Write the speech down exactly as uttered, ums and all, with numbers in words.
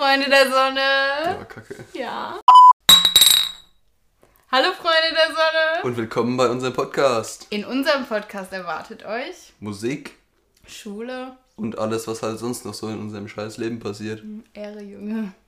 Freunde der Sonne. Der war kacke. Ja. Hallo Freunde der Sonne. Und willkommen bei unserem Podcast. In unserem Podcast erwartet euch Musik. Schule. Und alles, was halt sonst noch so in unserem scheiß Leben passiert. Ehre, Junge.